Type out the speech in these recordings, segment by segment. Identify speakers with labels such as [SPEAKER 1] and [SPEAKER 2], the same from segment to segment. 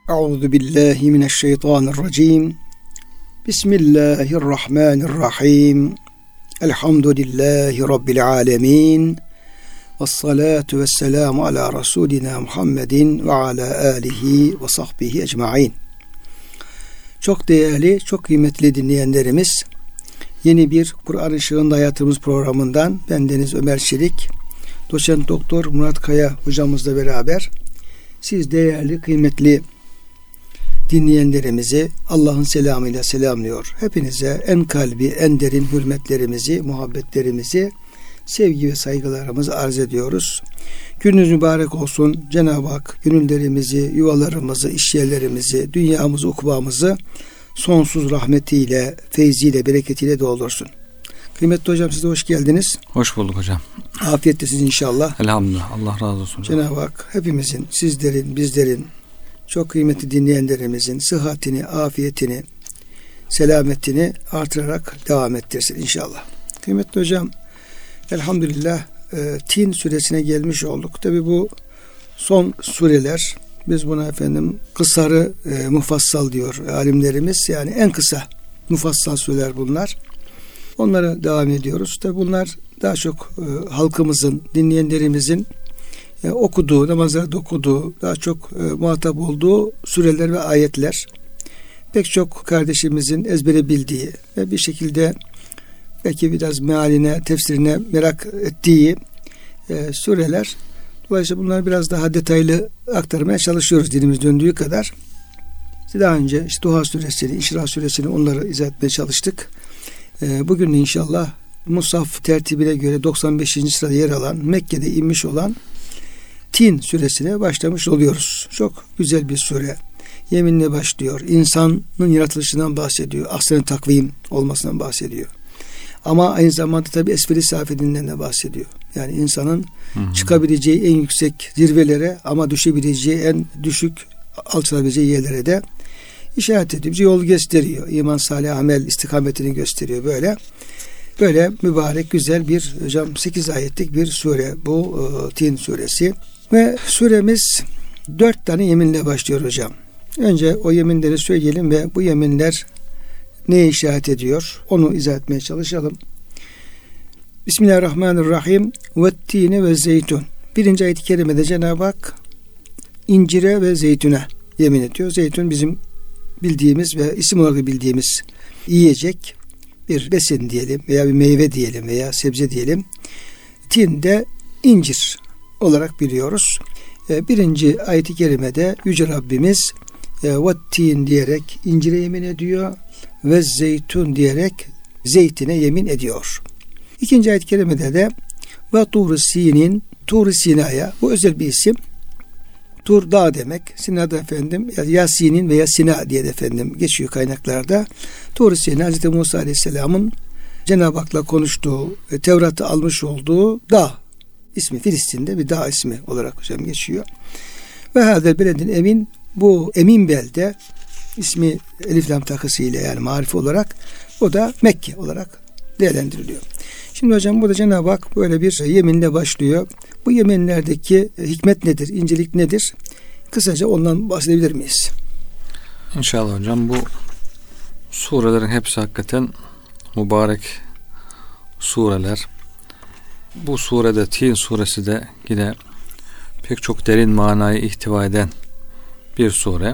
[SPEAKER 1] Euzu billahi mineşşeytanirracim. Bismillahirrahmanirrahim. Elhamdülillahi rabbil alamin. Vessalatu vesselamu ala rasulina Muhammedin ve ala alihi ve sahbihi ecmaîn. Çok değerli, çok kıymetli dinleyenlerimiz, yeni bir Kur'an Işığında Hayatımız programından bendeniz Ömer Çelik, Doçent Doktor Murat Kaya hocamızla beraber siz değerli, kıymetli dinleyenlerimizi Allah'ın selamıyla selamlıyor. Hepinize en kalbi, en derin hürmetlerimizi, muhabbetlerimizi, sevgi ve saygılarımızı arz ediyoruz. Gününüz mübarek olsun. Cenab-ı Hak gönüllerimizi, yuvalarımızı, işyerlerimizi, dünyamızı, ukbamızı sonsuz rahmetiyle, feyziyle, bereketiyle doldursun. Kıymetli hocam, size hoş geldiniz.
[SPEAKER 2] Hoş bulduk hocam.
[SPEAKER 1] Afiyettesiniz inşallah.
[SPEAKER 2] Elhamdülillah. Allah razı olsun.
[SPEAKER 1] Cenab-ı Hak hepimizin, sizlerin, bizlerin, çok kıymetli dinleyenlerimizin sıhhatini, afiyetini, selametini artırarak devam ettirsin inşallah. Kıymetli hocam, elhamdülillah Tin suresine gelmiş olduk. Tabi bu son sureler, biz buna efendim kısarı mufassal diyor alimlerimiz. Yani en kısa mufassal sureler bunlar. Onlara devam ediyoruz. Tabi bunlar daha çok halkımızın, dinleyenlerimizin okuduğu, namazlarda okuduğu, daha çok muhatap olduğu sureler ve ayetler. Pek çok kardeşimizin ezbere bildiği ve bir şekilde belki biraz mealine, tefsirine merak ettiği sureler. Dolayısıyla bunları biraz daha detaylı aktarmaya çalışıyoruz dilimiz döndüğü kadar. Daha önce işte Duha suresini, İnşirah suresini onları izah etmeye çalıştık. Bugün inşallah Musaf tertibine göre 95. sırada yer alan, Mekke'de inmiş olan Tin suresine başlamış oluyoruz. Çok güzel bir sure. Yeminle başlıyor. İnsanın yaratılışından bahsediyor. Ahsen-i takvim olmasından bahsediyor. Ama aynı zamanda tabi esfel-i safilinden de bahsediyor. Yani insanın çıkabileceği en yüksek zirvelere ama düşebileceği en düşük, alçalabileceği yerlere de işaret ediyor. Bir yol gösteriyor. İman, salih amel istikametini gösteriyor böyle. Böyle mübarek, güzel bir hocam 8 ayetlik bir sure bu Tin suresi. Ve suremiz 4 tane yeminle başlıyor hocam. Önce o yeminleri söyleyelim ve bu yeminler neye işaret ediyor? Onu izah etmeye çalışalım. Bismillahirrahmanirrahim. Vettine ve zeytun. Birinci ayet-i kerimede Cenab-ı Hak incire ve zeytune yemin ediyor. Zeytun bizim bildiğimiz ve isim olarak bildiğimiz yiyecek bir besin diyelim veya bir meyve diyelim veya sebze diyelim. Tin de incir olarak biliyoruz. Birinci ayet-i kerimede Yüce Rabbimiz vettin diyerek incire yemin ediyor ve zeytun diyerek zeytine yemin ediyor. İkinci ayet-i kerimede de ve Tur-i Sinin, Tur-i Sina'ya, bu özel bir isim. Tur dağ demek. Sina'da efendim Yasin'in veya Sina diye de efendim geçiyor kaynaklarda. Tur-i Sina Hz. Musa Aleyhisselam'ın Cenab-ı Hak'la konuştuğu, Tevrat'ı almış olduğu dağ ismi, Filistin'de bir dağ ismi olarak hocam geçiyor. Ve hâzel beledin emin, bu emin belde ismi elif lam takısıyla yani marife olarak o da Mekke olarak değerlendiriliyor. Şimdi hocam burada Cenab-ı Hak böyle bir yeminle başlıyor. Bu yeminlerdeki hikmet nedir, incelik nedir? Kısaca ondan bahsedebilir miyiz?
[SPEAKER 2] İnşallah hocam, bu surelerin hepsi hakikaten mübarek sureler. Bu surede, Tin suresi de yine pek çok derin manayı ihtiva eden bir sure.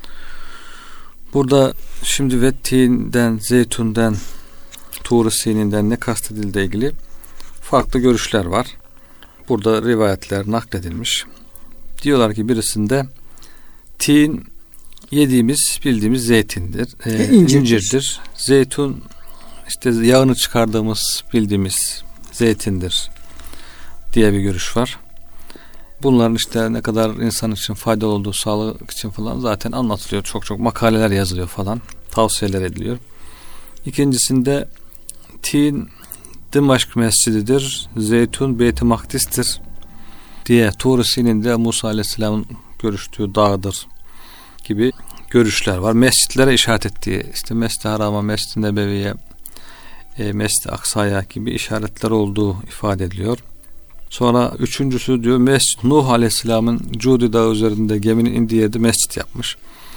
[SPEAKER 2] Burada şimdi Vettin'den, Zeytun'dan, Tur-i Sin'den ne kastedildiği ilgili farklı görüşler var. Burada rivayetler nakledilmiş. Diyorlar ki birisinde tin yediğimiz, bildiğimiz zeytindir, incirdir. Zeytun işte yağını çıkardığımız, bildiğimiz zeytindir diye bir görüş var. Bunların işte ne kadar insan için faydalı olduğu, sağlık için falan zaten anlatılıyor. Çok makaleler yazılıyor falan. Tavsiyeler ediliyor. İkincisinde tin Dimaşk mescididir. Zeytun Beyt-i Makdis'tir diye Tur-i Sin'de Musa Aleyhisselam'ın görüştüğü dağdır gibi görüşler var. Mescitlere işaret ettiği, işte Mescid-i Haram'a, Mescid-i Nebevi'ye, Mescid-i Aksa'ya gibi işaretler olduğu ifade ediliyor. Sonra üçüncüsü diyor Nuh Aleyhisselam'ın Cudi Dağı üzerinde geminin indiği yerde mescit yapmış.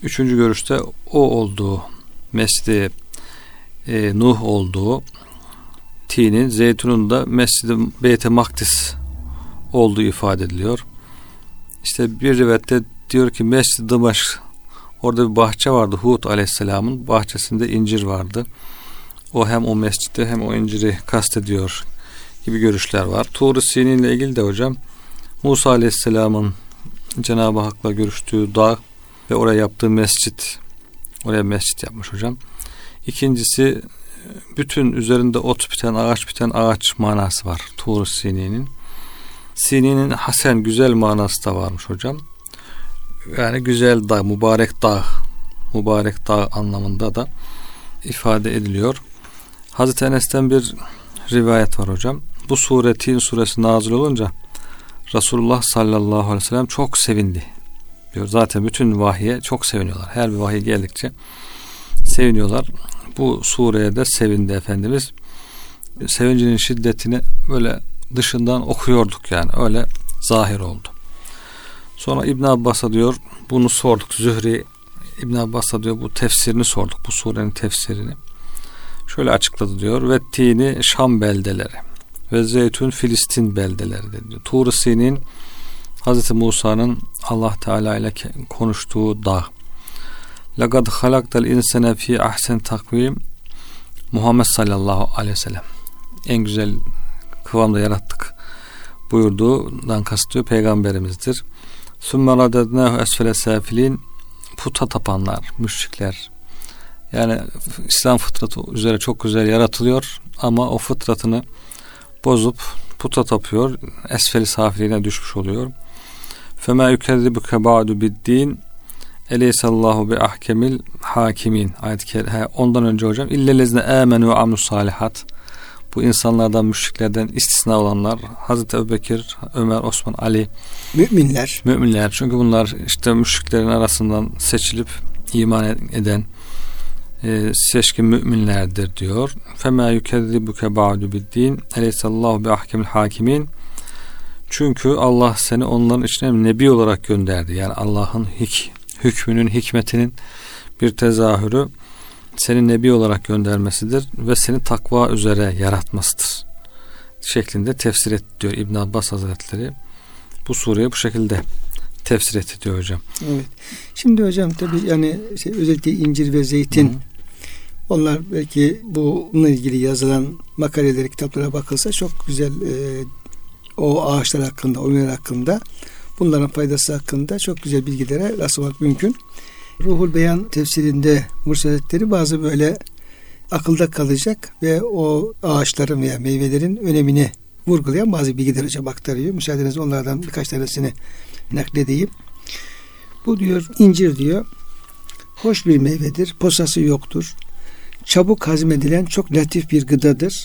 [SPEAKER 2] Üçüncü görüşte o olduğu, Mescid-i Nuh olduğu, Tin'in, Zeytun'un da Mescid-i Beyt-i Makdis olduğu ifade ediliyor. İşte bir rivayette diyor ki Mescid-i Dımaşk, orada bir bahçe vardı. Hud Aleyhisselam'ın bahçesinde incir vardı. O hem o mescidi hem o inciri kastediyor gibi görüşler var. Tur-u Sinin ile ilgili de hocam Musa Aleyhisselam'ın Cenab-ı Hak'la görüştüğü dağ ve oraya yaptığı mescit, oraya mescit yapmış hocam. İkincisi bütün üzerinde ot biten ağaç manası var Tur-u Sini'nin. Sini'nin hasen, güzel manası da varmış hocam. Yani güzel dağ, mübarek dağ anlamında da ifade ediliyor. Hazreti Enes'ten bir rivayet var hocam. Bu sure, Tin suresi nazil olunca Resulullah sallallahu aleyhi ve sellem çok sevindi diyor. Zaten bütün vahiye çok seviniyorlar. Her bir vahiy geldikçe seviniyorlar. Bu sureye de sevindi Efendimiz. Sevincinin şiddetini böyle dışından okuyorduk, yani öyle zahir oldu. Sonra İbn Abbas'a diyor bunu sorduk. Zühri İbn Abbas'a diyor bu tefsirini sorduk. Bu surenin tefsirini. Şöyle açıkladı diyor. Ve Tini Şam beldeleri ve Zeytun Filistin beldeleri diyor. Tur-u Sinin Hazreti Musa'nın Allah Teala ile konuştuğu dağ. Laqad halaktal insane fi ahsen takvim. Muhammed sallallahu aleyhi ve sellem en güzel kıvamda yarattık buyurduğundan kastediyor peygamberimizdir. Sümme radednahu esfele safilin, puta tapanlar, müşrikler. Yani İslam fıtratı üzere çok güzel yaratılıyor ama o fıtratını bozup puta tapıyor. Esfeli safiline düşmüş oluyor. Fema yukezzibuke ba'du biddin eleysallahu bi ahkemil hakimin. Ondan önce hocam illellezine amenu ve amilus salihat. Bu insanlardan, müşriklerden istisna olanlar Hazreti Ebubekir, Ömer, Osman, Ali, müminler. Çünkü bunlar işte müşriklerin arasından seçilip iman eden seçkin müminlerdir diyor. Fema yukezzibuke ba'du biddin eleysallahu bi ahkemil hakimin. Çünkü Allah seni onların içine nebi olarak gönderdi. Yani Allah'ın hükmünün, hikmetinin bir tezahürü seni nebi olarak göndermesidir ve seni takva üzere yaratmasıdır şeklinde tefsir et diyor İbn Abbas Hazretleri. Bu sureyi bu şekilde tefsir etti diyor hocam.
[SPEAKER 1] Evet. Şimdi hocam tabii yani özellikle incir ve zeytin, onlar belki bununla ilgili yazılan makaleleri, kitaplara bakılsa çok güzel o ağaçlar hakkında, o meyveler hakkında, bunların faydası hakkında çok güzel bilgilere rastlamak mümkün. Ruhul Beyan tefsirinde Mursaletleri bazı böyle akılda kalacak ve o ağaçların veya meyvelerin önemini vurgulayan bazı bilgiler hocam aktarıyor. Müsaadenizle onlardan birkaç tanesini nakledeyim. Bu diyor, incir diyor, hoş bir meyvedir, posası yoktur. Çabuk hazmedilen çok latif bir gıdadır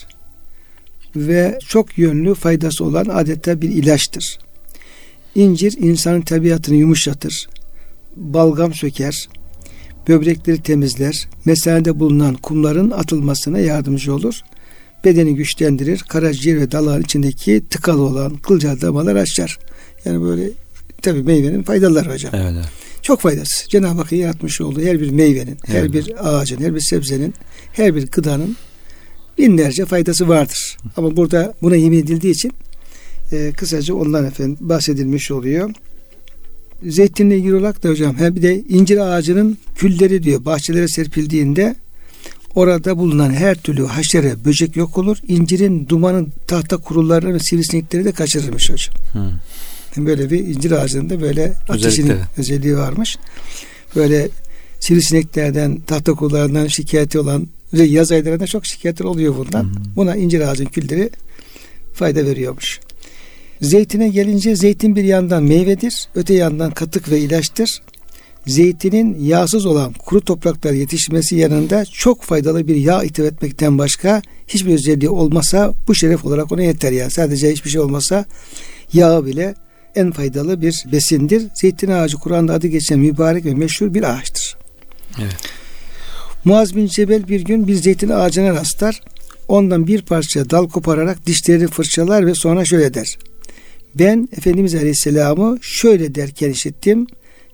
[SPEAKER 1] ve çok yönlü faydası olan adeta bir ilaçtır. İncir insanın tabiatını yumuşatır, balgam söker, böbrekleri temizler, mesanede bulunan kumların atılmasına yardımcı olur, bedeni güçlendirir, karaciğer ve dalağın içindeki tıkalı olan kılcal damarlar açar. Yani böyle tabii meyvenin faydaları hocam.
[SPEAKER 2] Evet.
[SPEAKER 1] Çok faydası. Cenab-ı Hakk'ın yaratmış olduğu her bir meyvenin, her bir ağacın, her bir sebzenin, her bir gıdanın binlerce faydası vardır. Ama burada buna yemin edildiği için kısaca ondan efendim bahsedilmiş oluyor. Zeytinle ilgili olarak da hocam bir de incir ağacının külleri diyor bahçelere serpildiğinde orada bulunan her türlü haşere, böcek yok olur. İncirin dumanın tahta kurullarını ve sivrisinekleri de kaçırırmış hocam. Böyle bir incir ağacının da böyle ateşinin özelliği varmış. Böyle sivrisineklerden, tahta kurullarından şikayeti olan ve yaz aylarında çok şikayetler oluyor bundan. Buna incir ağacının külleri fayda veriyormuş. Zeytine gelince zeytin bir yandan meyvedir, öte yandan katık ve ilaçtır. Zeytinin yağsız olan kuru topraklar yetişmesi yanında çok faydalı bir yağ ithal etmekten başka hiçbir özelliği olmasa bu şeref olarak ona yeter. Yani sadece hiçbir şey olmasa yağı bile en faydalı bir besindir. Zeytin ağacı Kur'an'da adı geçen mübarek ve meşhur bir ağaçtır.
[SPEAKER 2] Evet.
[SPEAKER 1] Muaz bin Cebel bir gün bir zeytin ağacına rastlar. Ondan bir parça dal kopararak dişlerini fırçalar ve sonra şöyle der: ben Efendimiz Aleyhisselam'ı şöyle derken işittim: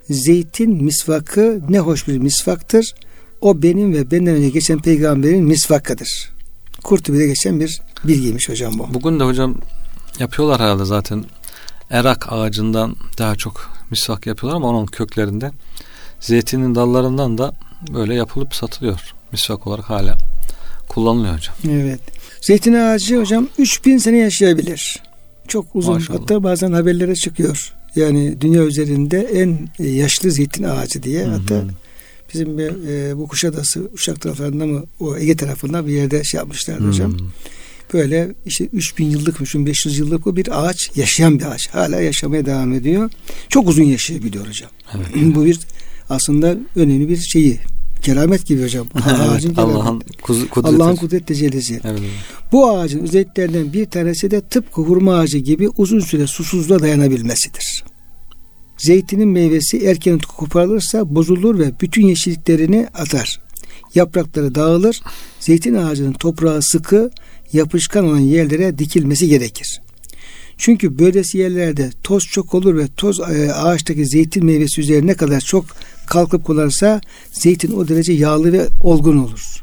[SPEAKER 1] zeytin misvakı ne hoş bir misvaktır. O benim ve benden önce geçen peygamberin misvakıdır. Kurtubi'de geçen bir bilgiymiş hocam bu.
[SPEAKER 2] Bugün de hocam yapıyorlar herhalde zaten. Erak ağacından daha çok misvak yapıyorlar ama onun köklerinde zeytinin dallarından da böyle yapılıp satılıyor. Misvak olarak hala kullanılıyor hocam.
[SPEAKER 1] Evet. Zeytin ağacı hocam 3000 sene yaşayabilir. Çok uzun.
[SPEAKER 2] Maşallah.
[SPEAKER 1] Hatta bazen haberlere çıkıyor. Yani dünya üzerinde en yaşlı zeytin ağacı diye. Hatta bizim bu Kuşadası, Uşak taraflarında mı, o Ege tarafında bir yerde şey yapmışlardı hocam. Böyle işte 3000 yıllık, 3500 yıllık o bir ağaç, yaşayan bir ağaç. Hala yaşamaya devam ediyor. Çok uzun yaşayabiliyor hocam.
[SPEAKER 2] Evet.
[SPEAKER 1] Bu bir aslında önemli bir şeyi. Keramet gibi hocam. Ağacın Allah'ın kudret tecellisi.
[SPEAKER 2] Evet.
[SPEAKER 1] Bu ağacın özelliklerinden bir tanesi de tıpkı hurma ağacı gibi uzun süre susuzluğa dayanabilmesidir. Zeytinin meyvesi erken koparılırsa bozulur ve bütün yeşilliklerini atar. Yaprakları dağılır. Zeytin ağacının toprağı sıkı, yapışkan olan yerlere dikilmesi gerekir. Çünkü böylesi yerlerde toz çok olur ve toz ağaçtaki zeytin meyvesi üzerine ne kadar çok kalkıp konarsa zeytin o derece yağlı ve olgun olur.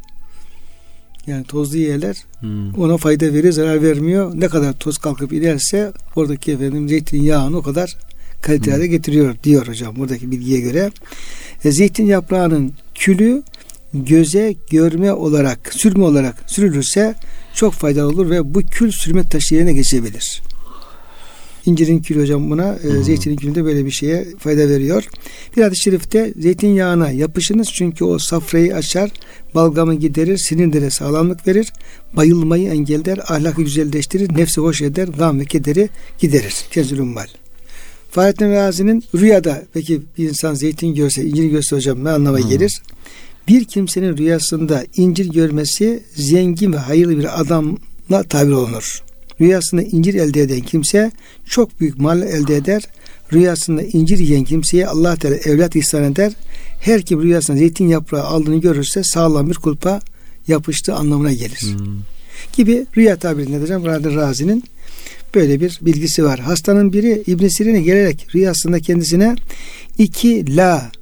[SPEAKER 1] Yani tozlu yerler ona fayda verir, zarar vermiyor. Ne kadar toz kalkıp inerse oradaki zeytin yağını o kadar kaliteli getiriyor diyor hocam buradaki bilgiye göre. Zeytin yaprağının külü göze görme olarak, sürme olarak sürülürse çok faydalı olur ve bu kül sürme taşı yerine geçebilir. İncirin külü hocam buna, zeytinin külünde böyle bir şeye fayda veriyor. Bir hadis-i şerifte zeytinyağına yapışınız çünkü o safrayı açar, balgamı giderir, sinirlere sağlamlık verir, bayılmayı engeller, ahlakı güzelleştirir, nefsi hoş eder, gam ve kederi giderir. Kenzülümmal. Fahrettin Razi'nin rüyada, peki bir insan zeytin görse, incir görse hocam ne anlama gelir? Bir kimsenin rüyasında incir görmesi zengin ve hayırlı bir adamla tabir olunur. Rüyasında incir elde eden kimse çok büyük mal elde eder. Rüyasında incir yiyen kimseye Allah Teala evlat ihsan eder. Her kim rüyasında zeytin yaprağı aldığını görürse sağlam bir kulpa yapıştığı anlamına gelir. Gibi rüya tabirinde hocam Fahrettin Razi'nin böyle bir bilgisi var. Hastanın biri İbn Sirin'e gelerek rüyasında kendisine 2 la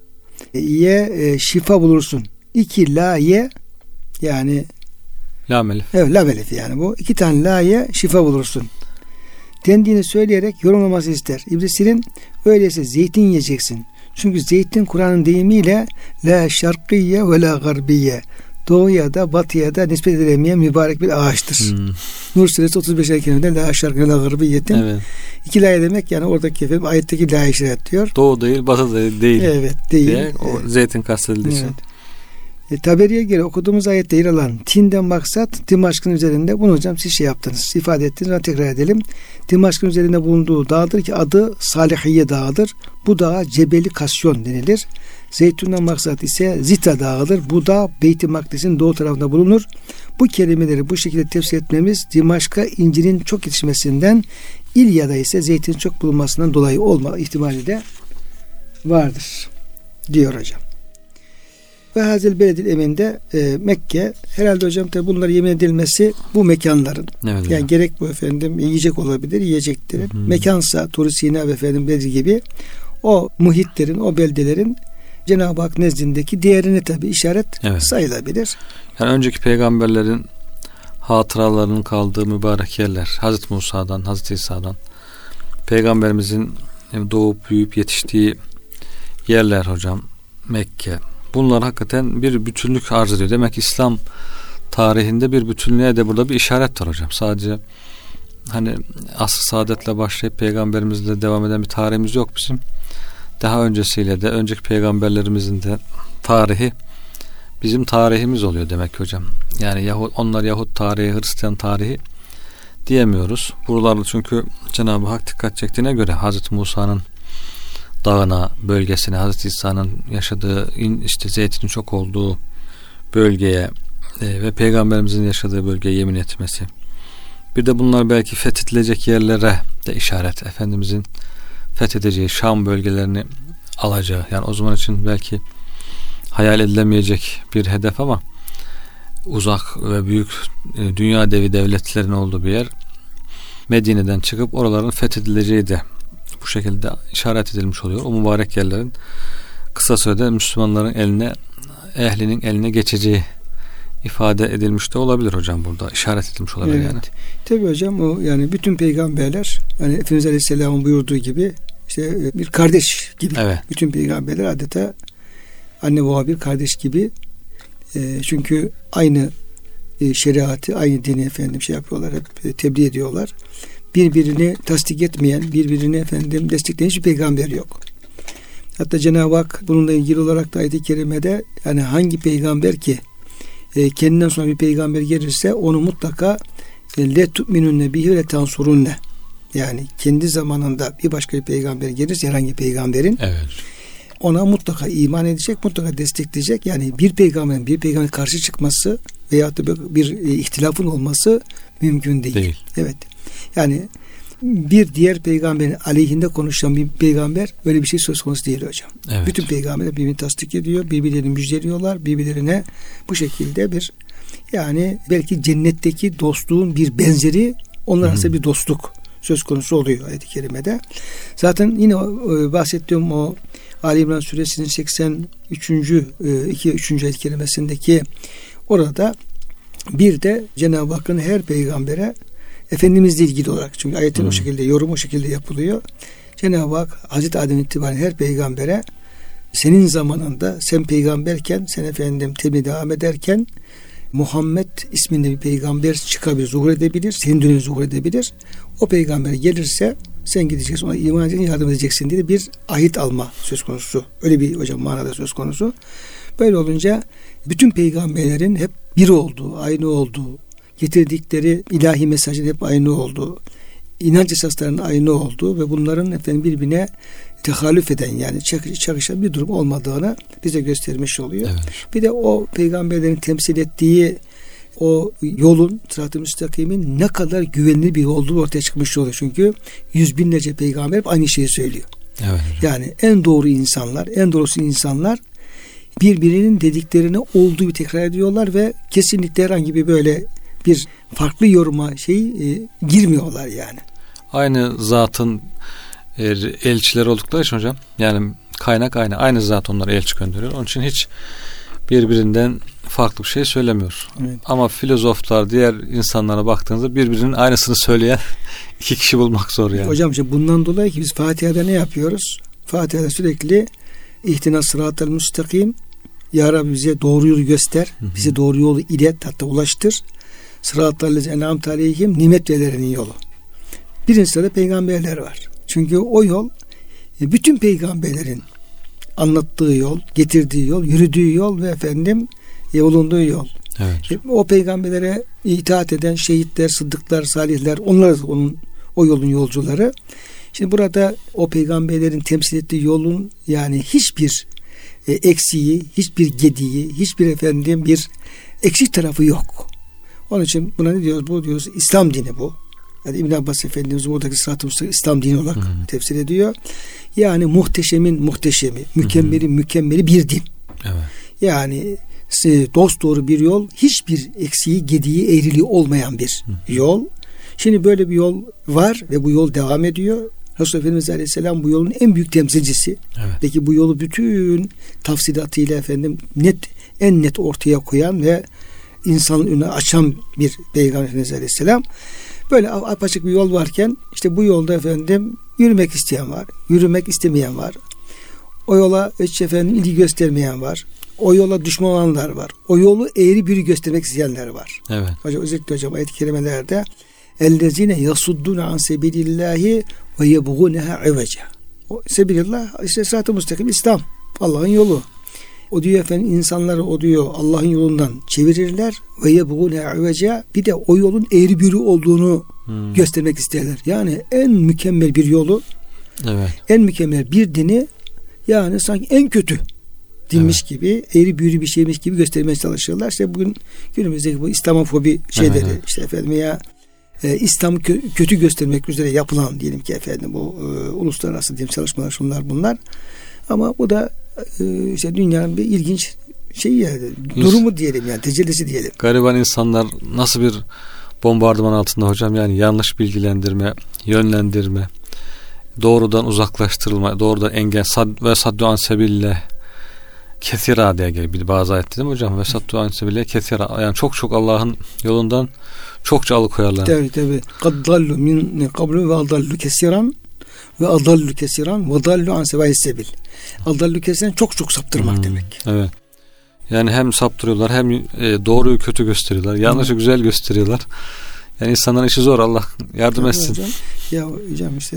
[SPEAKER 1] ye şifa bulursun. 2 la ye yani
[SPEAKER 2] lam elif.
[SPEAKER 1] Evet, lam elif yani bu. 2 tane la ye şifa bulursun dendiğini söyleyerek yorumlaması ister. İbn Sirin öyleyse zeytin yiyeceksin. Çünkü zeytin Kur'an'ın deyimiyle la şarkiye ve la garbiye, doğuya da batıya da nispet edilemeyen mübarek bir ağaçtır. Nur suresi 35. ayetinde la şarkiye ve la garbiyetin. Evet. 2 la demek yani oradaki ayetteki la işaret diyor.
[SPEAKER 2] Doğu değil, batı değil.
[SPEAKER 1] Evet, değil.
[SPEAKER 2] Diye, o zeytin kastedildiği için.
[SPEAKER 1] Taberi'ye göre okuduğumuz ayette yer alan tinden maksat Dimaşk'ın üzerinde, bunu hocam siz yaptınız, ifade ettiniz, ben tekrar edelim. Dimaşk'ın üzerinde bulunduğu dağdır ki adı Salihiye Dağı'dır. Bu dağa Cebeli Kasyon denilir. Zeytun'dan maksat ise Zita Dağı'dır. Bu dağ Beyt-i Makdis'in doğu tarafında bulunur. Bu kelimeleri bu şekilde tefsir etmemiz Dimaşk'a incirin çok yetişmesinden, İlya'da ise zeytin çok bulunmasından dolayı olma ihtimali de vardır diyor hocam. Ve Hazel Beledil Emin'de Mekke, herhalde hocam tabi bunlar yemin edilmesi bu mekanların. Evet, yani gerek bu yiyecek olabilir, yiyeceklerin. Mekansa Tur Sina ve Bedir gibi o muhitlerin, o beldelerin Cenab-ı Hak nezdindeki değerini tabi işaret sayılabilir.
[SPEAKER 2] Yani önceki peygamberlerin hatıralarının kaldığı mübarek yerler, Hazreti Musa'dan, Hazreti İsa'dan, peygamberimizin doğup büyüyüp yetiştiği yerler hocam, Mekke. Bunlar hakikaten bir bütünlük arz ediyor. Demek ki İslam tarihinde bir bütünlüğe de burada bir işaret var hocam. Sadece hani asr-ı saadetle başlayıp peygamberimizle devam eden bir tarihimiz yok bizim. Daha öncesiyle de önceki peygamberlerimizin de tarihi bizim tarihimiz oluyor demek ki hocam. Yani onlar Yahut tarihi, Hristiyan tarihi diyemiyoruz. Buralarda çünkü Cenab-ı Hak dikkat çektiğine göre Hazreti Musa'nın dağına, bölgesine, Hazreti İsa'nın yaşadığı, işte zeytinin çok olduğu bölgeye ve peygamberimizin yaşadığı bölgeye yemin etmesi. Bir de bunlar belki fethedilecek yerlere de işaret. Efendimizin fethedeceği Şam bölgelerini alacağı. Yani o zaman için belki hayal edilemeyecek bir hedef ama uzak ve büyük dünya devi devletlerin olduğu bir yer. Medine'den çıkıp oraların fethedileceği de bu şekilde işaret edilmiş oluyor. O mübarek yerlerin kısa sürede Müslümanların eline, ehlinin eline geçeceği ifade edilmiş de olabilir hocam, burada işaret edilmiş olabilir,
[SPEAKER 1] evet.
[SPEAKER 2] yani.
[SPEAKER 1] Tabii hocam, o yani bütün peygamberler, hani Efendimiz Aleyhisselam'ın buyurduğu gibi işte bir kardeş gibi.
[SPEAKER 2] Evet.
[SPEAKER 1] Bütün peygamberler adeta anne baba bir kardeş gibi. Çünkü aynı şeriatı, aynı dini efendim şey yapıyorlar, hep tebliğ ediyorlar. Birbirini tasdik etmeyen, birbirini efendim destekleyen hiçbir peygamber yok. Hatta Cenab-ı Hak bununla ilgili olarak da ayet-i kerimede, yani hangi peygamber ki kendinden sonra bir peygamber gelirse onu mutlaka le tu'minunne bihi ve tansurunne, yani kendi zamanında bir başka bir peygamber gelirse, herhangi peygamberin,
[SPEAKER 2] evet,
[SPEAKER 1] ona mutlaka iman edecek, mutlaka destekleyecek. Yani bir peygamberin bir peygamber karşı çıkması veyahut da bir ihtilafın olması mümkün değil. Evet. Yani bir diğer peygamberin aleyhinde konuşan bir peygamber, öyle bir şey söz konusu değil hocam.
[SPEAKER 2] Evet.
[SPEAKER 1] Bütün peygamberler birbirini tasdik ediyor, birbirlerini müjdeliyorlar, birbirlerine bu şekilde bir, yani belki cennetteki dostluğun bir benzeri, onlar arasında bir dostluk söz konusu oluyor ayet-i kerimede. Zaten yine bahsettiğim o Ali İmran suresinin 83. ayet-i kerimesindeki orada bir de Cenab-ı Hakk'ın her peygambere Efendimizle ilgili olarak, çünkü ayetin o şekilde, yorum o şekilde yapılıyor. Cenab-ı Hak Hazreti Adem itibaren her peygambere, senin zamanında sen peygamberken, sen efendim tebliğ devam ederken Muhammed isminde bir peygamber çıkabilir, zuhur edebilir, senin dönemin zuhur edebilir. O peygamber gelirse sen gideceksin, ona iman edeceksin, yardım edeceksin diye bir ahit alma söz konusu. Öyle bir hocam manada söz konusu. Böyle olunca bütün peygamberlerin hep bir olduğu, aynı olduğu, getirdikleri ilahi mesajın hep aynı olduğu, inanç esaslarının aynı olduğu ve bunların efendim birbirine tehalüf eden, yani çakışan bir durum olmadığını bize göstermiş oluyor.
[SPEAKER 2] Evet.
[SPEAKER 1] Bir de o peygamberlerin temsil ettiği o yolun, sırat-ı müstakimin ne kadar güvenilir bir yol olduğu ortaya çıkmış oluyor. Çünkü yüz binlerce peygamber hep aynı şeyi söylüyor.
[SPEAKER 2] Evet.
[SPEAKER 1] Yani en doğru insanlar, en doğrusu insanlar birbirinin dediklerini olduğu gibi tekrar ediyorlar ve kesinlikle herhangi bir böyle bir farklı yoruma girmiyorlar yani.
[SPEAKER 2] Aynı zatın elçileri oldukları için hocam, yani kaynak aynı zat onlara elçi gönderiyor. Onun için hiç birbirinden farklı bir şey söylemiyor.
[SPEAKER 1] Evet.
[SPEAKER 2] Ama filozoflar, diğer insanlara baktığınızda birbirinin aynısını söyleyen iki kişi bulmak zor yani.
[SPEAKER 1] Hocam işte bundan dolayı ki biz Fatiha'da ne yapıyoruz? Fatiha'da sürekli ihtina sıratel müstakim, Ya Rabbi bize doğru yolu göster, bize doğru yolu ilet, hatta ulaştır. Sıratel lezi en'amte aleyhim, nimet velerinin yolu. Birinci sırada peygamberler var. Çünkü o yol bütün peygamberlerin anlattığı yol, getirdiği yol, yürüdüğü yol ve efendim bulunduğu yol.
[SPEAKER 2] Evet.
[SPEAKER 1] O peygamberlere itaat eden şehitler, sıddıklar, salihler, onlar o yolun yolcuları. Şimdi burada o peygamberlerin temsil ettiği yolun yani hiçbir eksiği, hiçbir gediği, hiçbir efendim bir eksik tarafı yok. Onun için buna ne diyoruz? Bu diyoruz İslam dini bu. Yani İbn Abbas Efendimiz buradaki sırat-ı müstakim İslam dini olarak tefsir ediyor. Yani muhteşemin muhteşemi, mükemmelin mükemmeli bir din.
[SPEAKER 2] Evet.
[SPEAKER 1] Yani dosdoğru bir yol, hiçbir eksiği, gediği, eğriliği olmayan bir yol. Şimdi böyle bir yol var ve bu yol devam ediyor. Resulullah Efendimiz Aleyhisselam bu yolun en büyük temsilcisi.
[SPEAKER 2] Evet.
[SPEAKER 1] Peki bu yolu bütün tafsilatıyla efendim en net ortaya koyan ve insanın önüne açan bir Peygamber Efendimiz Aleyhisselam. Böyle apaçık bir yol varken işte bu yolda efendim yürümek isteyen var, yürümek istemeyen var. O yola efendim ilgi göstermeyen var. O yola düşman olanlar var. O yolu eğri büğrü göstermek isteyenler var.
[SPEAKER 2] Evet.
[SPEAKER 1] Hocam özellikle hocam ayet-i kerimelerde ellezine yasuddune an sebilillahi ve yebğuneha iveca. O sebilillah işte sırat-ı müstakim İslam. Allah'ın yolu. O diyor efendim insanları o diyor Allah'ın yolundan çevirirler ve yebğuneha iveca, bir de o yolun eğri büğrü olduğunu göstermek isterler. Yani en mükemmel bir yolu,
[SPEAKER 2] evet,
[SPEAKER 1] en mükemmel bir dini yani sanki en kötü dinmiş gibi, eğri büğrü bir şeymiş gibi göstermeye çalışıyorlar. İşte bugün günümüzdeki bu İslamofobi şeyleri, işte efendim ya İslam'ı kötü göstermek üzere yapılan diyelim ki efendim bu uluslararası diyelim çalışmalar, şunlar bunlar. Ama bu da işte dünyanın bir ilginç şeyi yani, durumu diyelim yani, tecellisi diyelim.
[SPEAKER 2] Gariban insanlar nasıl bir bombardıman altında hocam, yani yanlış bilgilendirme, yönlendirme, doğrudan uzaklaştırılma, doğrudan engel ve saddu an sebillah kesira diye geliyor bazı ayette değil mi hocam? Ve saddu an sebillah kesira, yani çok Allah'ın yolundan çokça alıkoyarlar.
[SPEAKER 1] Tabii. Kad dallu min qablu ve adallu kesiran ve adallu kesiran ve dallu an sebil. Adallu kesiran çok saptırmak demek.
[SPEAKER 2] Evet. Yani hem saptırıyorlar hem doğruyu kötü gösteriyorlar. Yanlışı güzel gösteriyorlar. Yani insanların işi zor. Allah yardım etsin.
[SPEAKER 1] Hocam. Ya hocam işte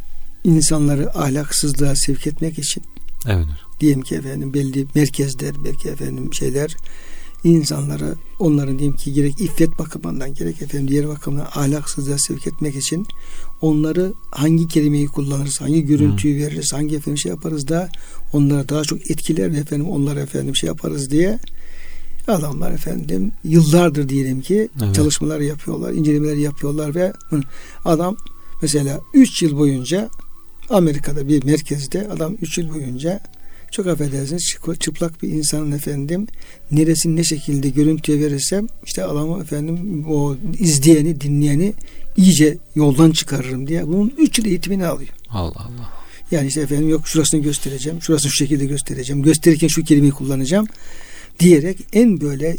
[SPEAKER 1] insanları ahlaksızlığa sevk etmek için,
[SPEAKER 2] evet,
[SPEAKER 1] diyelim ki efendim belli merkezler, belki efendim şeyler, insanları onların diyelim ki gerek iffet bakımından gerek efendim diğer bakımdan ahlaksızlığa sevk etmek için onları hangi kelimeyi kullanırız, hangi görüntüyü veririz, hangi efendim şey yaparız da onlara daha çok etkiler ve efendim onlara efendim şey yaparız diye adamlar efendim yıllardır diyelim ki çalışmalar yapıyorlar, incelemeler yapıyorlar ve adam mesela 3 yıl boyunca Amerika'da bir merkezde adam 3 yıl boyunca çok affedersiniz çıplak bir insanın efendim neresini ne şekilde görüntüye verirsem işte adamı efendim o izleyeni dinleyeni iyice yoldan çıkarırım diye bunun 3 yıl eğitimini alıyor.
[SPEAKER 2] Allah.
[SPEAKER 1] Yani işte efendim yok şurasını göstereceğim, şurasını şu şekilde göstereceğim, gösterirken şu kelimeyi kullanacağım diyerek en böyle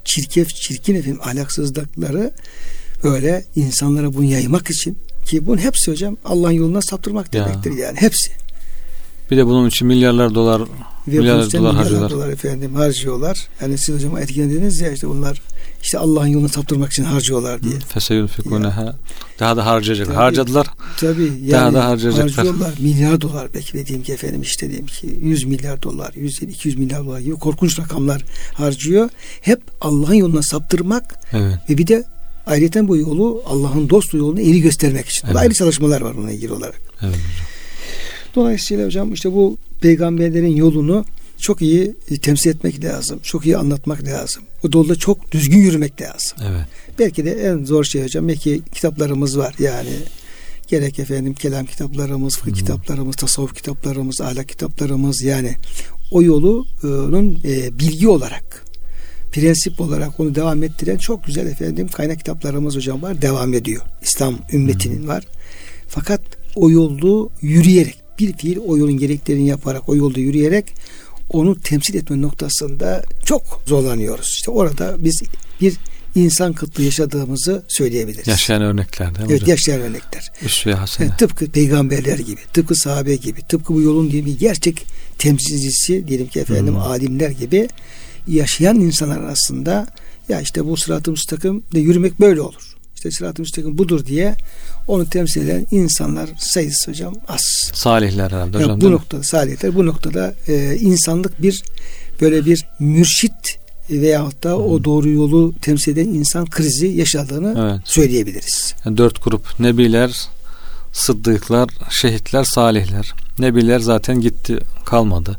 [SPEAKER 1] çirkin efendim ahlaksızlıkları böyle insanlara bunu yaymak için, ki bunun hepsi hocam Allah'ın yoluna saptırmak demektir yani hepsi.
[SPEAKER 2] Bir de bunun için milyarlar dolar harcıyorlar.
[SPEAKER 1] Efendim harcıyorlar. Yani siz hocam etkilendiniz ya işte bunlar işte Allah'ın yolunu saptırmak için harcıyorlar diye.
[SPEAKER 2] Feseyunfikuneha. Daha da harcayacaklar. Harcadılar.
[SPEAKER 1] Tabii. Yani
[SPEAKER 2] daha da harcayacaklar.
[SPEAKER 1] Harcıyorlar. Milyar dolar belki de diyeyim ki efendim işte diyeyim ki 100 milyar dolar, 200 milyar dolar gibi korkunç rakamlar harcıyor. Hep Allah'ın yoluna saptırmak ve bir de ayrıca bu yolu Allah'ın dostu yolunu eğri göstermek için. Evet. Ayrı çalışmalar var bununla ilgili olarak.
[SPEAKER 2] Evet.
[SPEAKER 1] Dolayısıyla hocam işte bu peygamberlerin yolunu çok iyi temsil etmek lazım. Çok iyi anlatmak lazım. O yolda çok düzgün yürümek lazım.
[SPEAKER 2] Evet.
[SPEAKER 1] Belki de en zor şey hocam belki kitaplarımız var. Yani gerek efendim kelam kitaplarımız, fıkıh kitaplarımız, tasavvuf kitaplarımız, ahlak kitaplarımız, yani o yolunun bilgi olarak, prensip olarak onu devam ettiren çok güzel efendim kaynak kitaplarımız hocam var. Devam ediyor. İslam ümmetinin var. Fakat o yolu yürüyerek, bir fiil o yolun gereklerini yaparak, o yolda yürüyerek onu temsil etme noktasında çok zorlanıyoruz. İşte orada biz bir insan kıtlığı yaşadığımızı söyleyebiliriz.
[SPEAKER 2] Yaşayan örnekler değil mi?
[SPEAKER 1] Evet, yaşayan örnekler.
[SPEAKER 2] Üsve-i hasene.
[SPEAKER 1] Yani tıpkı peygamberler gibi, tıpkı sahabe gibi, tıpkı bu yolun diye bir gerçek temsilcisi diyelim ki efendim alimler gibi yaşayan insanlar arasında ya işte bu sırat-ı müstakim de yürümek böyle olur. İşte sırat-ı müstakim budur diye onu temsil eden insanlar sayısı hocam az.
[SPEAKER 2] Salihler herhalde hocam.
[SPEAKER 1] Yani bu noktada salihler, bu noktada insanlık bir böyle bir mürşit veyahut da o doğru yolu temsil eden insan krizi yaşadığını söyleyebiliriz.
[SPEAKER 2] Yani 4 grup: nebiler, sıddıklar, şehitler, salihler. Nebiler zaten gitti, kalmadı.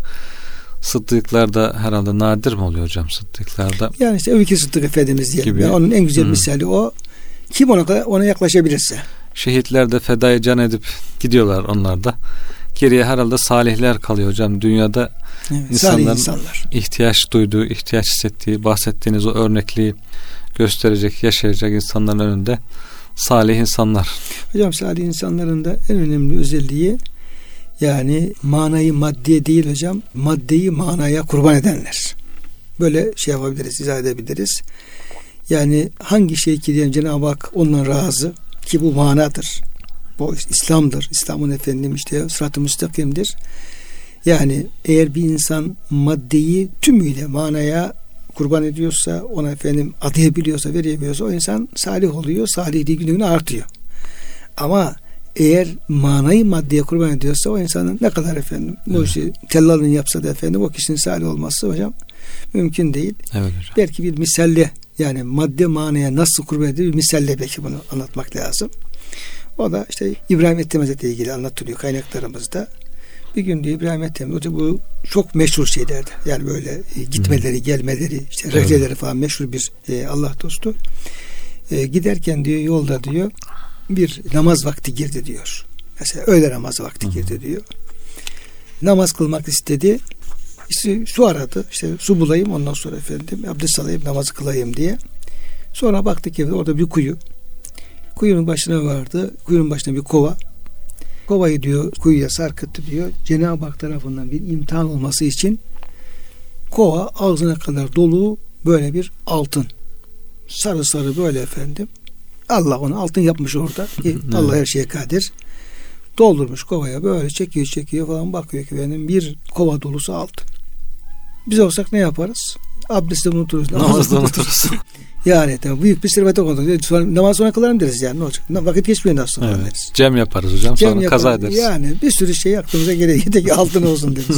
[SPEAKER 2] Sıddıklar da herhalde nadir mi oluyor hocam sıddıklarda? Yani
[SPEAKER 1] işte Ebu Bekir Sıddık Efendimiz diyelim. Yani onun en güzel misali o. Kim ona yaklaşabilirse.
[SPEAKER 2] Şehitler de fedaya can edip gidiyorlar onlar da. Geriye herhalde salihler kalıyor hocam. Dünyada insanlar ihtiyaç duyduğu, ihtiyaç hissettiği, bahsettiğiniz o örnekliği gösterecek, yaşayacak insanların önünde salih insanlar.
[SPEAKER 1] Hocam salih insanların da en önemli özelliği yani manayı maddeye değil hocam, maddeyi manaya kurban edenler. Böyle şey yapabiliriz, izah edebiliriz. Yani hangi şey ki diyelim Cenab-ı Hak ondan razı ki bu manadır. Bu İslam'dır. İslam'ın efendim işte sırat-ı müstakimdir. Yani eğer bir insan maddeyi tümüyle manaya kurban ediyorsa, ona efendim adayabiliyorsa, verebiliyorsa o insan salih oluyor. Salihliği günü artıyor. Ama eğer manayı maddeye kurban ediyorsa o insanın ne kadar efendim bu işi tellalını yapsa da efendim o kişinin salih olması hocam mümkün değil.
[SPEAKER 2] Evet hocam.
[SPEAKER 1] Belki bir misalle, yani madde manaya nasıl kurban edilir bir misalle belki bunu anlatmak lazım. O da işte İbrahim Ethem Hazretleri ile ilgili anlatılıyor kaynaklarımızda. Bir gün diyor İbrahim Ethem Hoca bu çok meşhur şeylerdi. Yani böyle gitmeleri, gelmeleri, işte rehleleri falan meşhur bir Allah dostu. Giderken diyor yolda diyor bir namaz vakti girdi diyor. Mesela öğle namaz vakti girdi diyor. Namaz kılmak istedi. İşte su aradı. İşte su bulayım ondan sonra efendim abdest alayım namazı kılayım diye. Sonra baktı ki orada bir kuyu. Kuyunun başına vardı. Kuyunun başına bir kova. kovayı diyor kuyuya sarkıttı diyor. Cenab-ı Hak tarafından bir imtihan olması için kova ağzına kadar dolu böyle bir altın. Sarı sarı böyle efendim. Allah onu altın yapmış orada. Allah her şeye kadir. Doldurmuş kovaya böyle çekiyor falan, bakıyor ki benim bir kova dolusu altın. Biz olsak ne yaparız? Abdesti unuturuz.
[SPEAKER 2] Namazda unuturuz.
[SPEAKER 1] Yani tabii büyük bir servete konulur. Namaz sonra kılarım deriz yani, ne olacak? Vakit geçmiyor nasıl sonra
[SPEAKER 2] Evet.
[SPEAKER 1] deriz.
[SPEAKER 2] Cem yaparız hocam,
[SPEAKER 1] Cem
[SPEAKER 2] sonra
[SPEAKER 1] yaparız.
[SPEAKER 2] kaza ederiz.
[SPEAKER 1] Yani bir sürü şey aklımıza geliyor. Yeter ki altın olsun deriz.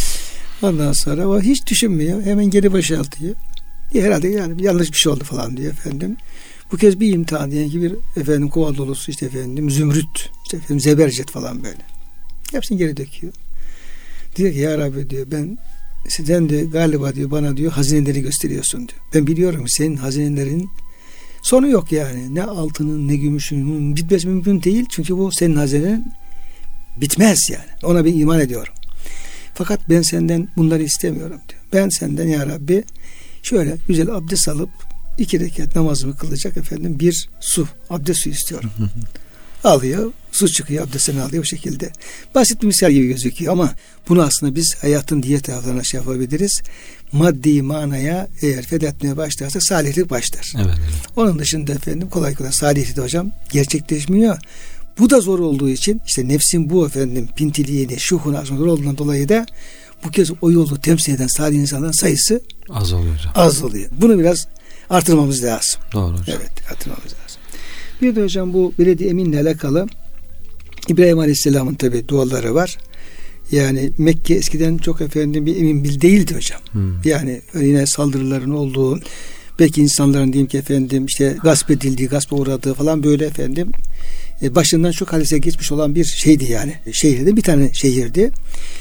[SPEAKER 1] Ondan sonra o hiç düşünmüyor. Hemen geri boşaltıyor. Herhalde yani yanlış bir şey oldu falan diyor efendim. Bu kez bir imtihan diye ki bir efendim kova dolusu işte efendim zümrüt, işte efendim zebercet falan böyle. Hepsini geri döküyor. Diyor ki ya Rabbi diyor, ben sen de galiba diyor bana diyor hazineleri gösteriyorsun diyor. Ben biliyorum senin hazinelerin sonu yok yani. Ne altının ne gümüşünün bitmesi mümkün değil. Çünkü bu senin hazinen bitmez yani. Ona bir iman ediyorum. Fakat ben senden bunları istemiyorum diyor. Ben senden ya Rabbi şöyle güzel abdest alıp 2 rekat namazımı kılacak efendim bir su, abdest suyu istiyorum. Alıyor, su çıkıyor, abdestini alıyor o şekilde. Basit bir misal gibi gözüküyor ama bunu aslında biz hayatın diğer taraflarına şey yapabiliriz. Maddi manaya eğer fethetmeye başlarsa salihlik başlar.
[SPEAKER 2] Evet.
[SPEAKER 1] Onun dışında efendim kolay kolay salihlik de hocam gerçekleşmiyor. Bu da zor olduğu için işte nefsin bu efendim pintiliğini, şuhunu zor olduğundan dolayı da bu kez o yolu temsil eden salih insanların sayısı
[SPEAKER 2] az oluyor hocam.
[SPEAKER 1] Az oluyor. Bunu biraz artırmamız lazım.
[SPEAKER 2] Doğru hocam.
[SPEAKER 1] Evet, artırmamız lazım. Bir de hocam bu Beledi Emin'le alakalı İbrahim Aleyhisselam'ın tabi duaları var. Yani Mekke eskiden çok efendim bir emin bil değildi hocam. Yani yine saldırıların olduğu, belki insanların diyeyim ki efendim işte gasp edildiği, gaspa uğradığı falan böyle efendim başından çok hadise geçmiş olan bir şeydi yani. Şehirde bir tane şehirdi.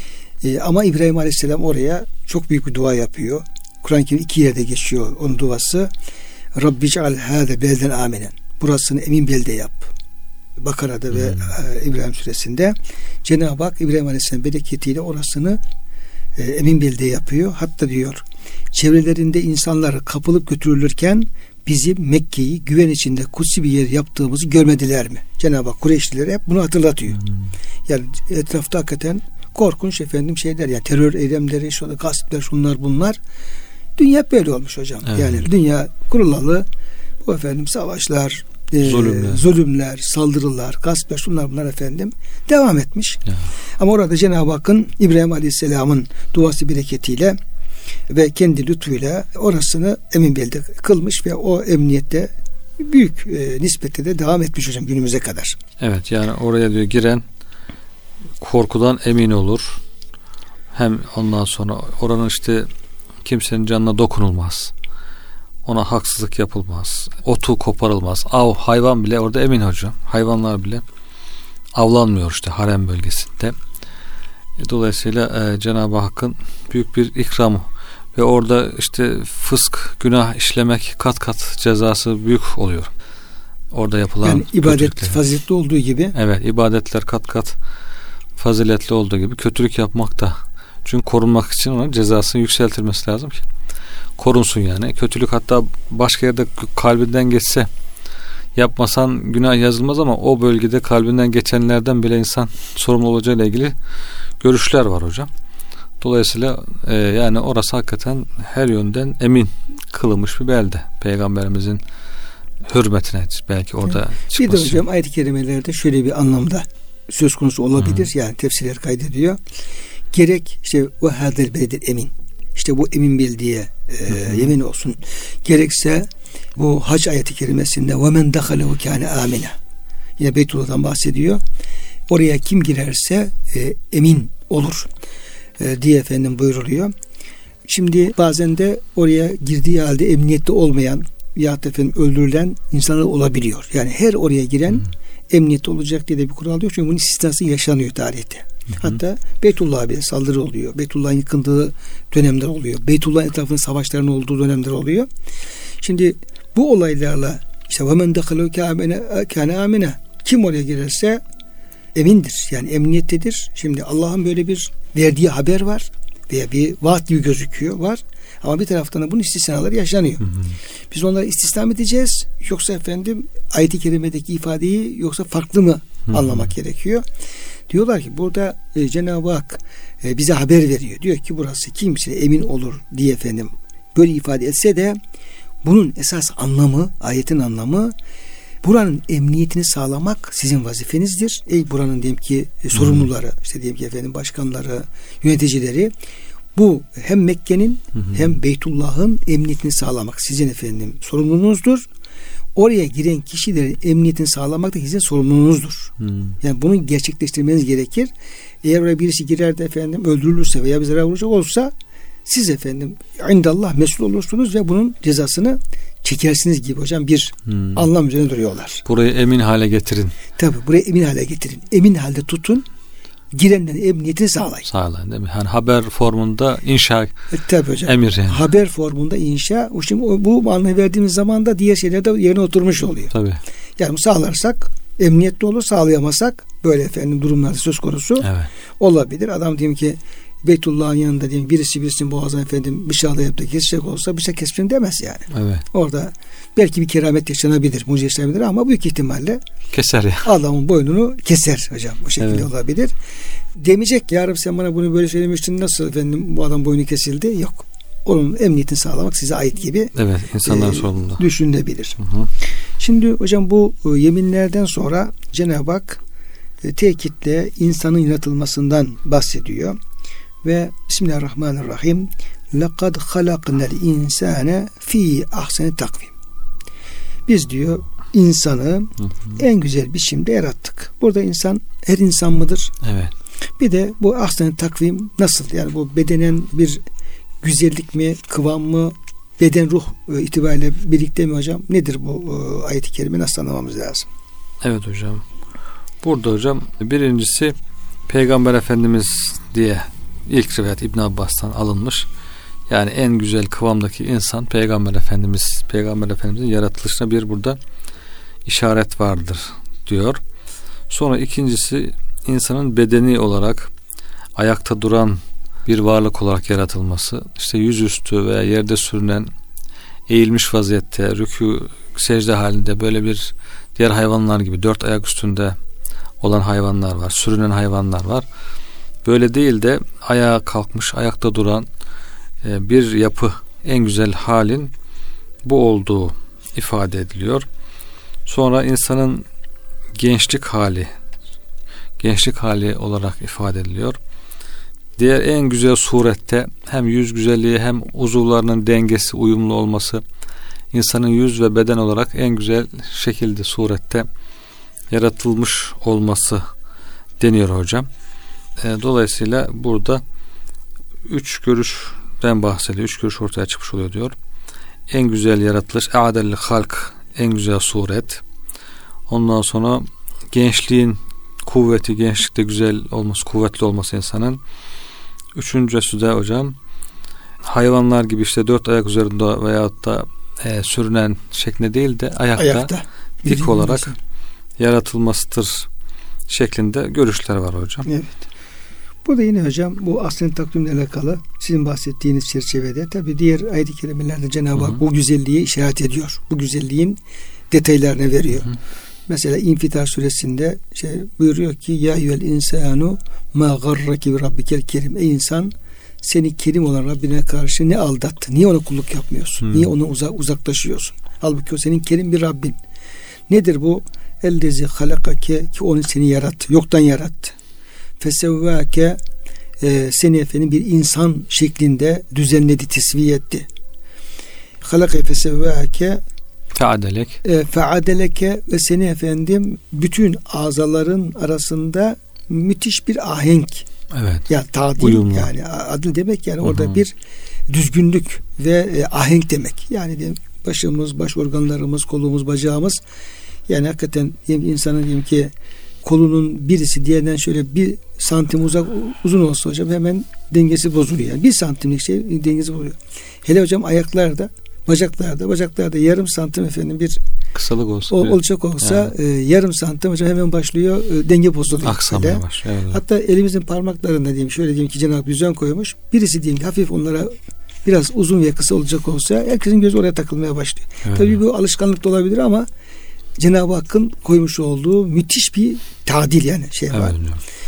[SPEAKER 1] Ama İbrahim Aleyhisselam oraya çok büyük bir dua yapıyor. Kur'an-ı Kerim 2 yerde geçiyor onun duası. Rabbi ceal hâze belden aminen. Burasını emin belde yap. Bakara'da ve İbrahim suresinde Cenab-ı Hak İbrahim Aleyhisselam bereketiyle orasını emin belde yapıyor. Hatta diyor çevrelerinde insanlar kapılıp götürülürken bizim Mekke'yi güven içinde kutsi bir yer yaptığımızı görmediler mi? Cenab-ı Hak Kureyşlilere hep bunu hatırlatıyor. Yani etrafta hakikaten korkunç efendim şeyler yani terör eylemleri, şu gaspler, şunlar bunlar. Dünya böyle olmuş hocam. Evet. Yani dünya kurulalı bu efendim savaşlar, zulümler, saldırılar, gaspler, şunlar bunlar efendim devam etmiş. Evet. Ama orada Cenab-ı Hakk'ın İbrahim Aleyhisselam'ın duası bereketiyle ve kendi lütfuyla orasını emin belde kılmış ve o emniyette büyük nispette de devam etmiş hocam günümüze kadar.
[SPEAKER 2] Evet, yani oraya diyor giren korkudan emin olur. Hem ondan sonra oranın işte kimsenin canına dokunulmaz. Ona haksızlık yapılmaz. Otu koparılmaz. Hayvan bile orada emin hocam. Hayvanlar bile avlanmıyor işte harem bölgesinde. Dolayısıyla Cenab-ı Hakk'ın büyük bir ikramı ve orada işte fısk, günah işlemek kat kat cezası büyük oluyor. Orada yapılan
[SPEAKER 1] yani ibadet faziletli olduğu gibi.
[SPEAKER 2] Evet, ibadetler kat kat faziletli olduğu gibi kötülük yapmak da, çünkü korunmak için onun cezasını yükseltilmesi lazım ki korunsun yani. Kötülük hatta başka yerde kalbinden geçse yapmasan günah yazılmaz ama o bölgede kalbinden geçenlerden bile insan sorumlu olacağıyla ilgili görüşler var hocam. Dolayısıyla yani orası hakikaten her yönden emin kılınmış bir belde. Peygamberimizin hürmetine belki orada çıkması.
[SPEAKER 1] Bir de hocam ayet-i kerimelerde şöyle bir anlamda söz konusu olabilir. Yani tefsirler kaydediyor. Gerek işte ve hadel beledil emin. İşte bu emin bildiği yemin olsun. Gerekse bu hac ayeti kerimesinde ve men dahalehu kâne amine. Yine Beytullah'dan bahsediyor. Oraya kim girerse emin olur diye efendim buyruluyor. Şimdi bazen de oraya girdiği halde emniyette olmayan ya efendim öldürülen insanlar olabiliyor. Yani her oraya giren emniyette olacak diye de bir kural yok. Çünkü bunun istisnası yaşanıyor tarihte. Hatta Beytullah'a bile saldırı oluyor. Beytullah'ın yıkıldığı dönemler oluyor. Beytullah'ın etrafında savaşların olduğu dönemler oluyor. Şimdi bu olaylarla işte وَمَنْ دَخَلَوْ كَانَ آمِنَ kim oraya girerse emindir. Yani emniyettedir. Şimdi Allah'ın böyle bir verdiği haber var veya bir vaat gibi gözüküyor var. Ama bir taraftan da bunun istisnaları yaşanıyor. Biz onları istisna mı edeceğiz? Yoksa efendim ayet-i kerimedeki ifadeyi yoksa farklı mı anlamak gerekiyor? Diyorlar ki burada Cenab-ı Hak bize haber veriyor. Diyor ki burası kimse emin olur diye efendim böyle ifade etse de bunun esas anlamı, ayetin anlamı, buranın emniyetini sağlamak sizin vazifenizdir. Ey buranın diyelim ki sorumluları, işte diyelim ki efendim başkanları, yöneticileri, bu hem Mekke'nin hem Beytullah'ın emniyetini sağlamak sizin efendim sorumluluğunuzdur. Oraya giren kişilerin emniyetini sağlamak da sizin sorumluluğunuzdur. Yani bunu gerçekleştirmeniz gerekir. Eğer oraya birisi girer de efendim öldürülürse veya bir zarar vuracak olsa siz efendim indallah mesul olursunuz ve bunun cezasını çekersiniz gibi hocam bir anlam üzerine duruyorlar.
[SPEAKER 2] Burayı emin hale getirin.
[SPEAKER 1] Tabii burayı emin hale getirin. Emin halde tutun. Girenlerin emniyetini sağlayın.
[SPEAKER 2] Sağlayın değil mi? Yani haber formunda inşa
[SPEAKER 1] tabii hocam.
[SPEAKER 2] Emir yani.
[SPEAKER 1] Haber formunda inşa. Şimdi bu anlayı verdiğimiz zaman da diğer şeyler de yerine oturmuş oluyor.
[SPEAKER 2] Tabii.
[SPEAKER 1] Yani sağlarsak emniyetli olur, sağlayamazsak böyle efendim durumlarda söz konusu olabilir. Adam diyelim ki Beytullah'ın yanında diyelim birisinin boğazına efendim bıçakla yaptığı kesecek olsa bıçak kessin demez yani.
[SPEAKER 2] Evet.
[SPEAKER 1] Orada belki bir keramet yaşanabilir, mucize yaşanabilir ama büyük ihtimalle
[SPEAKER 2] keser ya.
[SPEAKER 1] Adamın boynunu keser hocam. O şekilde olabilir. Demeyecek ya Rabbi sen bana bunu böyle söylemiştin, nasıl efendim bu adam boynu kesildi? Yok. Onun emniyetini sağlamak size ait gibi.
[SPEAKER 2] Evet, insanlar sorumlu.
[SPEAKER 1] Düşünülebilir. Şimdi hocam bu yeminlerden sonra Cenab-ı Hak tekitle insanın yaratılmasından bahsediyor. Ve Bismillahirrahmanirrahim. Laqad halaknal insane fi ahseni takvim. Biz diyor insanı en güzel biçimde yarattık. Burada insan her insan mıdır?
[SPEAKER 2] Evet.
[SPEAKER 1] Bir de bu ahseni takvim nasıl? Yani bu bedenen bir güzellik mi, kıvam mı, beden ruh itibariyle birlikte mi hocam? Nedir bu ayet-i kerime, nasıl anlamamız lazım?
[SPEAKER 2] Evet hocam. Burada hocam birincisi Peygamber Efendimiz diye ilk rivayet İbn Abbas'tan alınmış. Yani en güzel kıvamdaki insan Peygamber Efendimiz. Peygamber Efendimizin yaratılışına bir burada işaret vardır diyor. Sonra ikincisi insanın bedeni olarak ayakta duran bir varlık olarak yaratılması. İşte yüzüstü veya yerde sürünen, eğilmiş vaziyette, rükû, secde halinde böyle bir diğer hayvanlar gibi dört ayak üstünde olan hayvanlar var. Sürünen hayvanlar var. Böyle değil de ayağa kalkmış, ayakta duran bir yapı, en güzel halin bu olduğu ifade ediliyor. Sonra insanın gençlik hali olarak ifade ediliyor. Diğer en güzel surette hem yüz güzelliği hem uzuvlarının dengesi, uyumlu olması, insanın yüz ve beden olarak en güzel şekilde surette yaratılmış olması deniyor hocam. Dolayısıyla burada üç görüşten bahsediyor. Üç görüş ortaya çıkmış oluyor diyor. En güzel yaratılış, a'delli halk, en güzel suret. Ondan sonra gençliğin kuvveti, gençlikte güzel olması, kuvvetli olması insanın. Üçüncüsü de hocam hayvanlar gibi işte dört ayak üzerinde veyahut da sürünen şeklinde değil de ayakta dik olarak yaratılmasıdır şeklinde görüşler var hocam.
[SPEAKER 1] Evet. Burada yine hocam bu aslen takvimle alakalı sizin bahsettiğiniz çerçevede tabi diğer ayet-i kerimelerde Cenab-ı Hak bu güzelliği işaret ediyor. Bu güzelliğin detaylarını veriyor. Mesela İnfitar suresinde buyuruyor ki ya eyyuhel insanu ma garraki bi rabbikel kerim. Ey insan, seni kerim olan Rabbine karşı ne aldattı? Niye ona kulluk yapmıyorsun? Niye ona uzaklaşıyorsun? Halbuki o senin kerim bir Rabbin. Nedir bu? Ellezi halakake, ki onu seni yarattı. Yoktan yarattı. Fesevvake, seni efendim bir insan şeklinde düzenledi, tesviye etti. Halake fesevvake feadeleke, ve seni efendim bütün azaların arasında müthiş bir ahenk.
[SPEAKER 2] Evet.
[SPEAKER 1] Ya tadil, uyumlu. Yani adil demek yani orada bir düzgünlük ve ahenk demek. Yani başımız, baş organlarımız, kolumuz, bacağımız, yani hakikaten insanın diyelim ki kolunun birisi diğerinden şöyle 1 santim uzun olsa hocam hemen dengesi bozuluyor. Yani 1 santimlik şey dengesi bozuluyor. Hele hocam ayaklarda, bacaklarda yarım santim efendim bir
[SPEAKER 2] kısalık olsa
[SPEAKER 1] olacak olsa yani. Yarım santim hocam hemen başlıyor denge bozuluyor.
[SPEAKER 2] Aksamaya başlıyor. Evet.
[SPEAKER 1] Hatta elimizin parmaklarında diyelim şöyle diyelim ki Cenab-ı Hak düzen koymuş. Birisi diyelim ki hafif onlara biraz uzun ve kısa olacak olsa herkesin gözü oraya takılmaya başlıyor. Evet. Tabii bu alışkanlık da olabilir ama Cenab-ı Hakk'ın koymuş olduğu müthiş bir tadil yani var.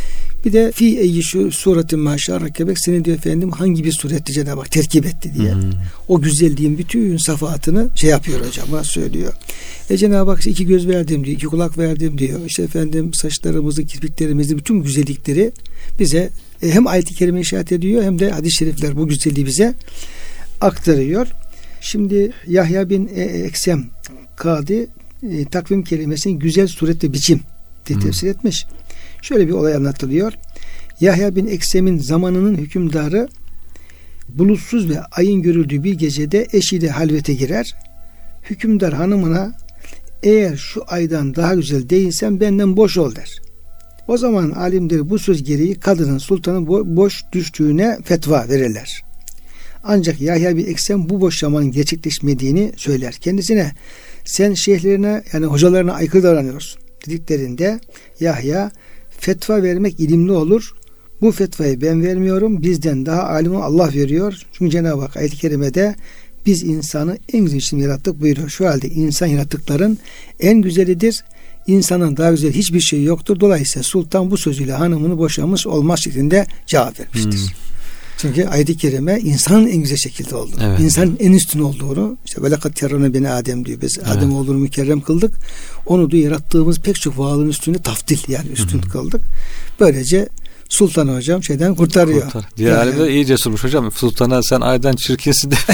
[SPEAKER 1] Bir de fi eyyi şu suretin maşa rakkebek, seni diyor efendim hangi bir surette Cenab-ı Hak terkip etti diye. O güzelliğin bütün safahatını şey yapıyor hocam, bana söylüyor. Cenab-ı Hak 2 göz verdim diyor, 2 kulak verdim diyor. İşte efendim saçlarımızı, kirpiklerimizi, bütün güzellikleri bize hem ayet-i kerime işaret ediyor hem de hadis-i şerifler bu güzelliği bize aktarıyor. Şimdi Yahya bin Eksem Kadi takvim kelimesini güzel suret ve biçim diye tefsir etmiş. Şöyle bir olay anlatılıyor. Yahya bin Eksem'in zamanının hükümdarı bulutsuz ve ayın görüldüğü bir gecede eşiyle halvete girer. Hükümdar hanımına eğer şu aydan daha güzel değilsen benden boş ol der. O zaman alimleri bu söz gereği kadının sultanın boş düştüğüne fetva verirler. Ancak Yahya bin Eksem bu boşamanın gerçekleşmediğini söyler. Kendisine sen şeyhlerine yani hocalarına aykırı davranıyorsun dediklerinde Yahya fetva vermek ilimli olur. Bu fetvayı ben vermiyorum. Bizden daha alim Allah veriyor. Çünkü Cenab-ı Hak ayet-i kerimede biz insanı en güzel için yarattık buyuruyor. Şu halde insan yarattıkların en güzelidir. İnsanın daha güzel hiçbir şey yoktur. Dolayısıyla sultan bu sözüyle hanımını boşamış olmaz şeklinde cevap vermiştir. Çünkü ayet-i kerime insanın en güzel şekilde olduğunu, evet, insanın en üstün olduğunu, işte velakat kerrane beni Adem diyor. Biz evet, Adem olduğunu mükerrem kıldık. Onu da yarattığımız pek çok varlığın üstünde taftil yani üstün kıldık. Böylece sultan hocam şeyden kurtarıyor.
[SPEAKER 2] Diğer alimler iyi cesurmuş hocam. Sultana sen aydan çirkinsin de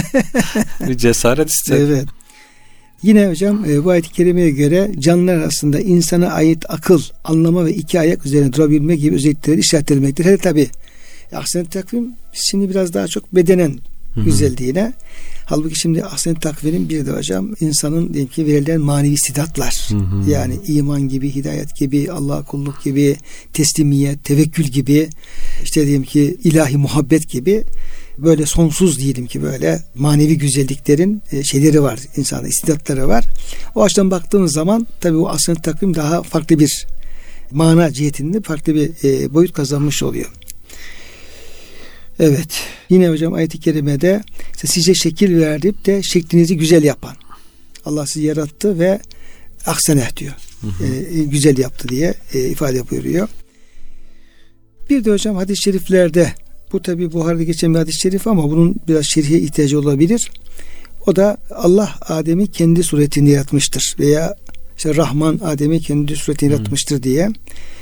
[SPEAKER 2] bir cesaret ister.
[SPEAKER 1] Evet. Yine hocam bu ayet-i kerimeye göre canlılar arasında insana ait akıl, anlama ve 2 ayak üzerine durabilme gibi özellikleri işaret edilmektir. Hele tabi ahsen-i takvim şimdi biraz daha çok bedenen güzelliğine. Halbuki şimdi ahsen-i takvimin bir de hocam insanın diyelim ki verilen manevi istidatlar. Yani iman gibi, hidayet gibi, Allah'a kulluk gibi, teslimiyet, tevekkül gibi, işte diyelim ki ilahi muhabbet gibi böyle sonsuz diyelim ki böyle manevi güzelliklerin şeyleri var, insanın istidatları var. O açıdan baktığımız zaman tabii o ahsen-i takvim daha farklı bir mana cihetinde farklı bir boyut kazanmış oluyor. Evet. Yine hocam ayet-i kerimede size şekil verip de şeklinizi güzel yapan. Allah sizi yarattı ve ahseneh diyor. Güzel yaptı diye ifade buyuruyor. Bir de hocam hadis-i şeriflerde bu tabi Buhari'de geçen bir hadis-i şerif ama bunun biraz şerhe ihtiyacı olabilir. O da Allah Adem'i kendi suretinde yaratmıştır veya işte Rahman Adem'i kendi suretinde yaratmıştır diye.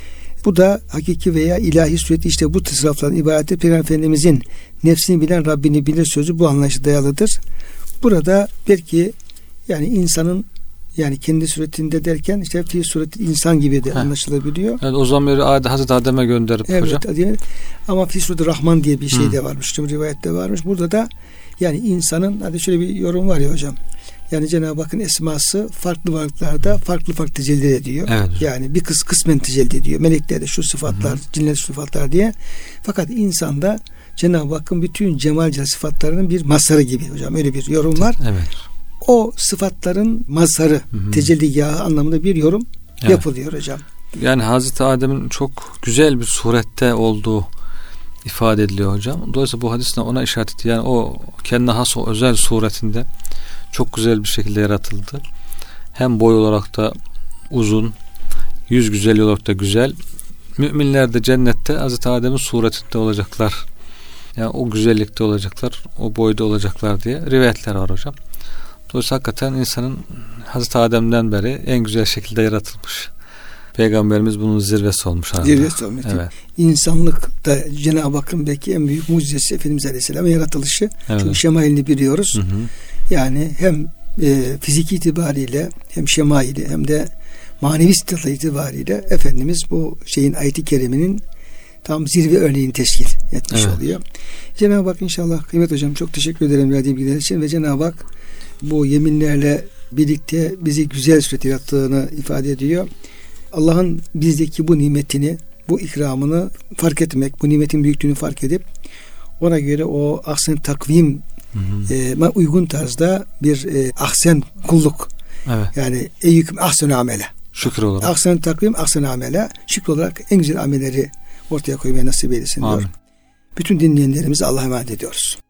[SPEAKER 1] Bu da hakiki veya ilahi sureti işte bu tasarrufların ibadeti Peygamber Efendimizin nefsini bilen Rabbini bilir sözü bu anlayışa dayalıdır. Burada belki yani insanın yani kendi suretinde derken işte fi sureti insan gibi de anlaşılabiliyor.
[SPEAKER 2] Evet, o zaman Hazreti Adem'e gönderip
[SPEAKER 1] evet,
[SPEAKER 2] hocam.
[SPEAKER 1] Ama fi sureti Rahman diye bir şey de varmış. Rivayette varmış. Burada da yani insanın hadi şöyle bir yorum var ya hocam. Yani Cenab-ı Hakk'ın esması farklı varlıklarda farklı tecelli ediyor. Evet. Yani bir kısmen tecelli ediyor. Meleklerde şu sıfatlar, cinlerde şu sıfatlar diye. Fakat insanda Cenab-ı Hakk'ın bütün cemal sıfatlarının bir mazharı gibi hocam. Öyle bir yorum var.
[SPEAKER 2] Evet.
[SPEAKER 1] O sıfatların mazharı, tecelligahı anlamında bir yorum yapılıyor hocam.
[SPEAKER 2] Yani Hazreti Adem'in çok güzel bir surette olduğu ifade ediliyor hocam. Dolayısıyla bu hadisle ona işaret ediyor. Yani o kendine has o özel suretinde çok güzel bir şekilde yaratıldı. Hem boy olarak da uzun, yüz güzelliği olarak da güzel. Müminler de cennette Hazreti Adem'in suretinde olacaklar. Yani o güzellikte olacaklar, o boyda olacaklar diye rivayetler var hocam. Dolayısıyla hakikaten insanın Hazreti Adem'den beri en güzel şekilde yaratılmış. Peygamberimiz bunun zirvesi olmuş.
[SPEAKER 1] Zirvesi olmuş. Evet. İnsanlıkta Cenab-ı Hakk'ın belki en büyük mucizesi Efendimiz Aleyhisselam'ın yaratılışı. Evet. Çünkü şemailini biliyoruz. Yani hem fiziki itibariyle hem şemaili hem de manevi istidatı itibariyle Efendimiz bu şeyin ayet-i kerimenin tam zirve örneğini teşkil etmiş oluyor. Cenab-ı Hak inşallah kıymet hocam çok teşekkür ederim verdiğim bilgiler için ve Cenab-ı Hak bu yeminlerle birlikte bizi güzel surette yarattığını ifade ediyor. Allah'ın bizdeki bu nimetini, bu ikramını fark etmek, bu nimetin büyüklüğünü fark edip ona göre o ahsen takvim uygun tarzda bir ahsen kulluk. Evet. Yani eyyüküm ahsen amele.
[SPEAKER 2] Şükür olarak.
[SPEAKER 1] Ahsen takvim, ahsen amele. Şükür olarak en güzel amelleri ortaya koymaya nasip eylesin diyor. Bütün dinleyenlerimizi Allah'a emanet ediyoruz.